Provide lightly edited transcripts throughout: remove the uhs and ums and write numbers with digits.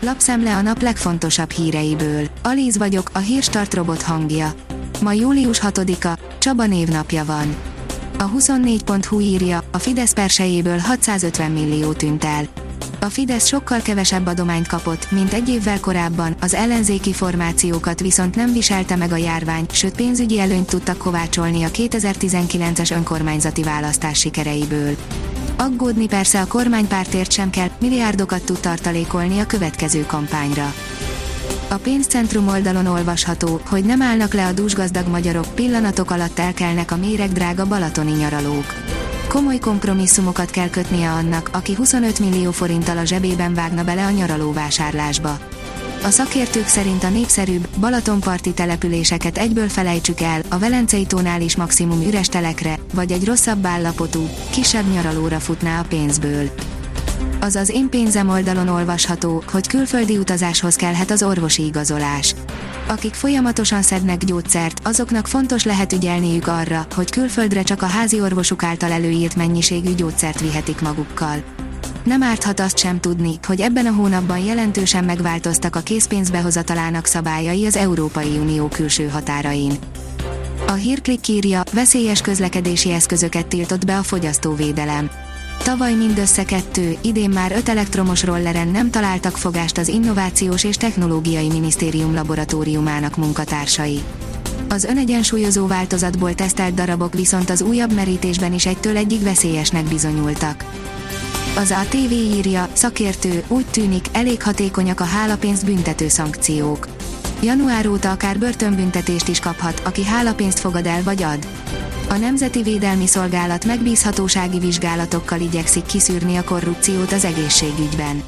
Lapszemle a nap legfontosabb híreiből. Alíz vagyok, a Hírstart robot hangja. Ma július 6-a, Csaba névnapja van. A 24.hu írja, a Fidesz persejéből 650 millió tűnt el. A Fidesz sokkal kevesebb adományt kapott, mint egy évvel korábban, az ellenzéki formációkat viszont nem viselte meg a járvány, sőt pénzügyi előnyt tudtak kovácsolni a 2019-es önkormányzati választás sikereiből. Aggódni persze a kormánypártért sem kell, milliárdokat tud tartalékolni a következő kampányra. A pénzcentrum oldalon olvasható, hogy nem állnak le a dúsgazdag magyarok, pillanatok alatt elkelnek a méregdrága balatoni nyaralók. Komoly kompromisszumokat kell kötnie annak, aki 25 millió forinttal a zsebében vágna bele a nyaralóvásárlásba. A szakértők szerint a népszerűbb, balatonparti településeket egyből felejtsük el, a Velencei tónál is maximum üres telekre, vagy egy rosszabb állapotú, kisebb nyaralóra futná a pénzből. Azaz Én pénzem oldalon olvasható, hogy külföldi utazáshoz kellhet az orvosi igazolás. Akik folyamatosan szednek gyógyszert, azoknak fontos lehet ügyelniük arra, hogy külföldre csak a házi orvosuk által előírt mennyiségű gyógyszert vihetik magukkal. Nem árthat azt sem tudni, hogy ebben a hónapban jelentősen megváltoztak a készpénz behozatalának szabályai az Európai Unió külső határain. A Hírklikk írja, veszélyes közlekedési eszközöket tiltott be a fogyasztóvédelem. Tavaly mindössze 2, idén már 5 elektromos rolleren nem találtak fogást az Innovációs és Technológiai Minisztérium laboratóriumának munkatársai. Az önegyensúlyozó változatból tesztelt darabok viszont az újabb merítésben is egytől egyig veszélyesnek bizonyultak. Az ATV írja, szakértő, úgy tűnik, elég hatékonyak a hálapénzt büntető szankciók. Január óta akár börtönbüntetést is kaphat, aki hálapénzt fogad el vagy ad. A Nemzeti Védelmi Szolgálat megbízhatósági vizsgálatokkal igyekszik kiszűrni a korrupciót az egészségügyben.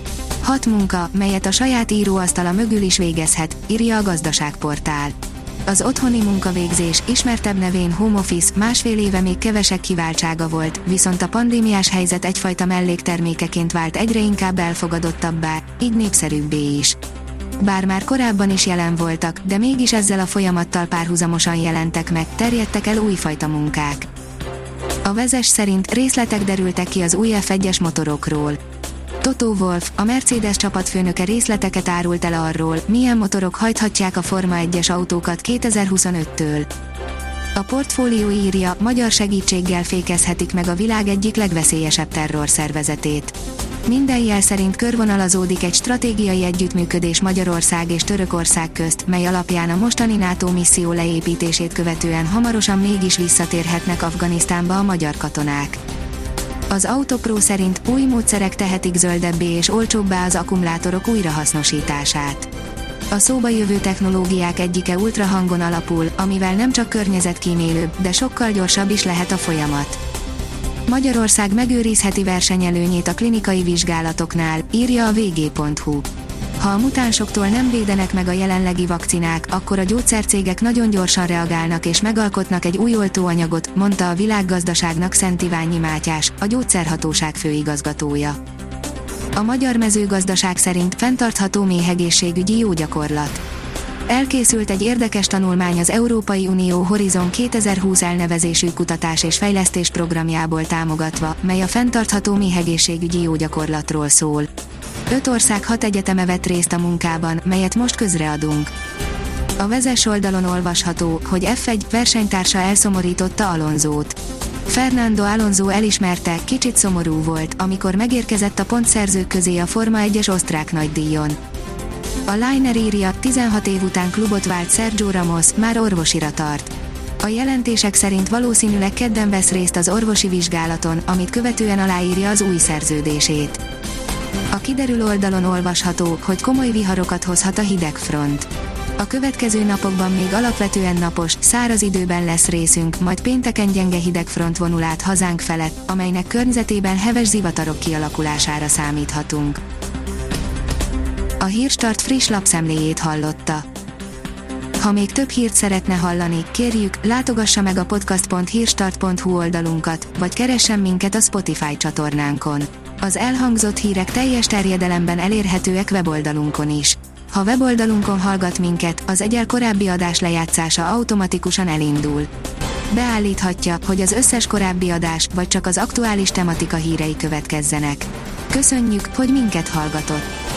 6 munka, melyet a saját íróasztala mögül is végezhet, írja a Gazdaságportál. Az otthoni munkavégzés, ismertebb nevén home office, másfél éve még kevesek kiváltsága volt, viszont a pandémiás helyzet egyfajta melléktermékeként vált egyre inkább elfogadottabbá, így népszerűbbé is. Bár már korábban is jelen voltak, de mégis ezzel a folyamattal párhuzamosan jelentek meg, terjedtek el újfajta munkák. A Vezes szerint részletek derültek ki az új F1-es motorokról. Toto Wolff, a Mercedes csapatfőnöke részleteket árult el arról, milyen motorok hajthatják a Forma 1-es autókat 2025-től. A Portfólió írja, magyar segítséggel fékezhetik meg a világ egyik legveszélyesebb terrorszervezetét. Minden jel szerint körvonalazódik egy stratégiai együttműködés Magyarország és Törökország közt, mely alapján a mostani NATO misszió leépítését követően hamarosan mégis visszatérhetnek Afganisztánba a magyar katonák. Az Autopro szerint új módszerek tehetik zöldebbé és olcsóbbá az akkumulátorok újrahasznosítását. A szóba jövő technológiák egyike ultrahangon alapul, amivel nem csak környezetkímélőbb, de sokkal gyorsabb is lehet a folyamat. Magyarország megőrizheti versenyelőnyét a klinikai vizsgálatoknál, írja a vg.hu. Ha a mutánsoktól nem védenek meg a jelenlegi vakcinák, akkor a gyógyszercégek nagyon gyorsan reagálnak és megalkotnak egy új oltóanyagot, mondta a Világgazdaságnak Szent Iványi Mátyás, a gyógyszerhatóság főigazgatója. A magyar mezőgazdaság szerint fenntartható méhegészségügyi jó gyakorlat. Elkészült egy érdekes tanulmány az Európai Unió Horizon 2020 elnevezésű kutatás és fejlesztés programjából támogatva, mely a fenntartható méhegészségügyi jó gyakorlatról szól. 5 ország 6 egyeteme vett részt a munkában, melyet most közreadunk. A Vezes oldalon olvasható, hogy F1 versenytársa elszomorította Alonsót. Fernando Alonso elismerte, kicsit szomorú volt, amikor megérkezett a pontszerzők közé a Forma 1-es osztrák nagydíjon. A Liner írja, 16 év után klubot vált Sergio Ramos, már orvosira tart. A jelentések szerint valószínűleg kedden vesz részt az orvosi vizsgálaton, amit követően aláírja az új szerződését. A Kiderül oldalon olvasható, hogy komoly viharokat hozhat a hidegfront. A következő napokban még alapvetően napos, száraz időben lesz részünk, majd pénteken gyenge hidegfront vonul át hazánk felett, amelynek környezetében heves zivatarok kialakulására számíthatunk. A Hírstart friss lapszemléjét hallotta. Ha még több hírt szeretne hallani, kérjük, látogassa meg a podcast.hírstart.hu oldalunkat, vagy keressen minket a Spotify csatornánkon. Az elhangzott hírek teljes terjedelemben elérhetőek weboldalunkon is. Ha weboldalunkon hallgat minket, az egyel korábbi adás lejátszása automatikusan elindul. Beállíthatja, hogy az összes korábbi adás, vagy csak az aktuális tematika hírei következzenek. Köszönjük, hogy minket hallgatott!